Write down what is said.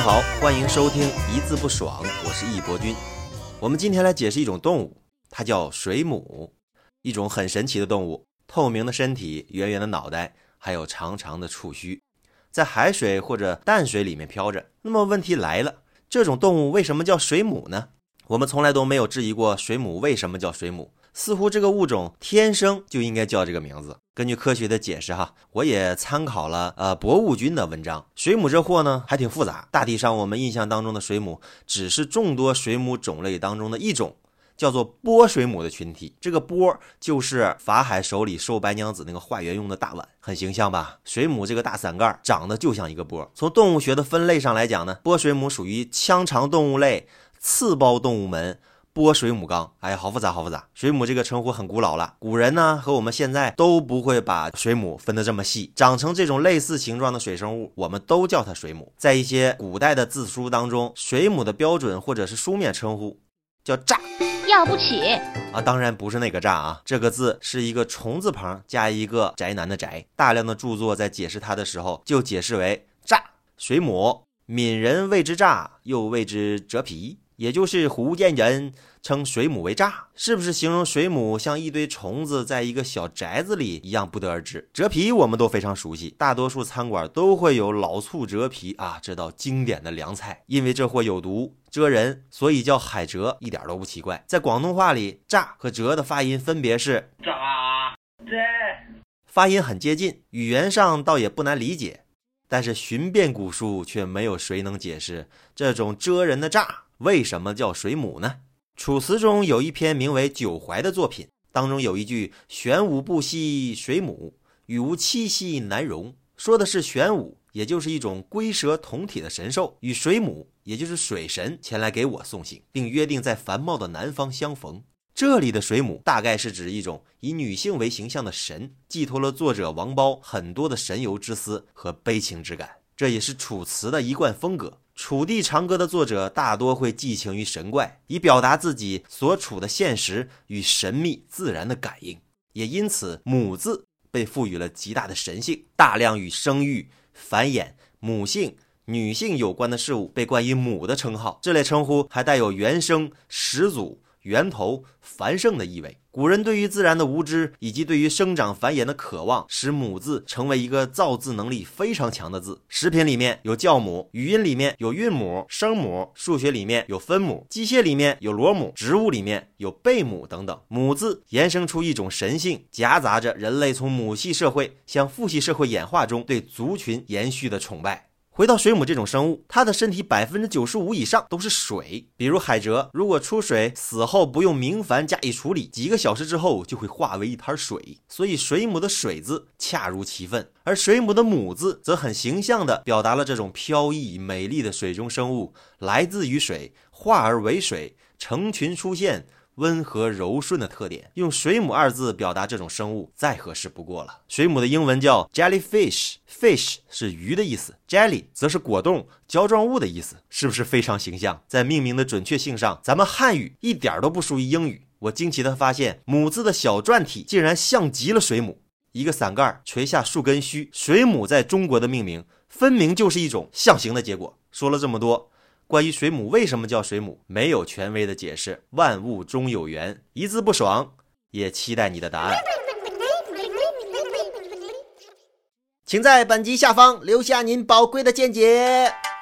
好，欢迎收听一字不爽，我是易博君。我们今天来解释一种动物，它叫水母，一种很神奇的动物，透明的身体，圆圆的脑袋，还有长长的触须，在海水或者淡水里面飘着。那么问题来了，这种动物为什么叫水母呢？我们从来都没有质疑过水母为什么叫水母，似乎这个物种天生就应该叫这个名字。根据科学的解释我也参考了博物君的文章。水母这货呢还挺复杂，大体上我们印象当中的水母只是众多水母种类当中的一种，叫做波水母的群体。这个波就是法海手里收白娘子那个化缘用的大碗，很形象吧？水母这个大伞盖长得就像一个波。从动物学的分类上来讲呢，波水母属于腔肠动物类刺胞动物门波水母纲。好复杂好复杂。水母这个称呼很古老了，古人呢和我们现在都不会把水母分得这么细，长成这种类似形状的水生物我们都叫它水母。在一些古代的字书当中，水母的标准或者是书面称呼叫蚱， 要不起当然不是那个蚱这个字是一个虫字旁加一个宅男的宅。大量的著作在解释它的时候就解释为蚱。水母闽人谓之蚱，又谓之蛰皮，也就是福建人称水母为蚱，是不是形容水母像一堆虫子在一个小宅子里一样不得而知。蛰皮我们都非常熟悉，大多数餐馆都会有老醋蛰皮这道经典的凉菜。因为这货有毒蛰人，所以叫海蜇，一点都不奇怪。在广东话里，蚱和蜇的发音分别是蚱，发音很接近，语言上倒也不难理解，但是寻遍古书却没有谁能解释这种蜇人的蚱为什么叫水母呢？楚辞中有一篇名为《九怀》的作品，当中有一句玄武不息水母，与无七夕难容，说的是玄武也就是一种龟蛇同体的神兽，与水母也就是水神前来给我送行，并约定在繁茂的南方相逢。这里的水母大概是指一种以女性为形象的神，寄托了作者王褒很多的神游之思和悲情之感，这也是楚辞的一贯风格。楚地长歌的作者大多会寄情于神怪，以表达自己所处的现实与神秘自然的感应，也因此母字被赋予了极大的神性，大量与生育、繁衍、母性、女性有关的事物被冠以母的称号。这类称呼还带有原生、始祖、源头、繁盛的意味。古人对于自然的无知以及对于生长繁衍的渴望，使母字成为一个造字能力非常强的字。食品里面有酵母，语音里面有韵母、声母，数学里面有分母，机械里面有螺母，植物里面有贝母等等。母字衍生出一种神性，夹杂着人类从母系社会向父系社会演化中对族群延续的崇拜。回到水母这种生物，它的身体 95% 以上都是水。比如海蜇，如果出水死后不用明矾加以处理，几个小时之后就会化为一滩水，所以水母的水字恰如其分。而水母的母字则很形象地表达了这种飘逸美丽的水中生物来自于水，化而为水，成群出现，温和柔顺的特点。用水母二字表达这种生物再合适不过了。水母的英文叫 jellyfish， fish 是鱼的意思， jelly 则是果冻、胶状物的意思，是不是非常形象？在命名的准确性上，咱们汉语一点都不输于英语。我惊奇地发现，母字的小篆体竟然像极了水母，一个伞盖垂下数根须，水母在中国的命名分明就是一种象形的结果。说了这么多，关于水母为什么叫水母，没有权威的解释，万物终有缘，一字不爽，也期待你的答案。请在本集下方留下您宝贵的见解。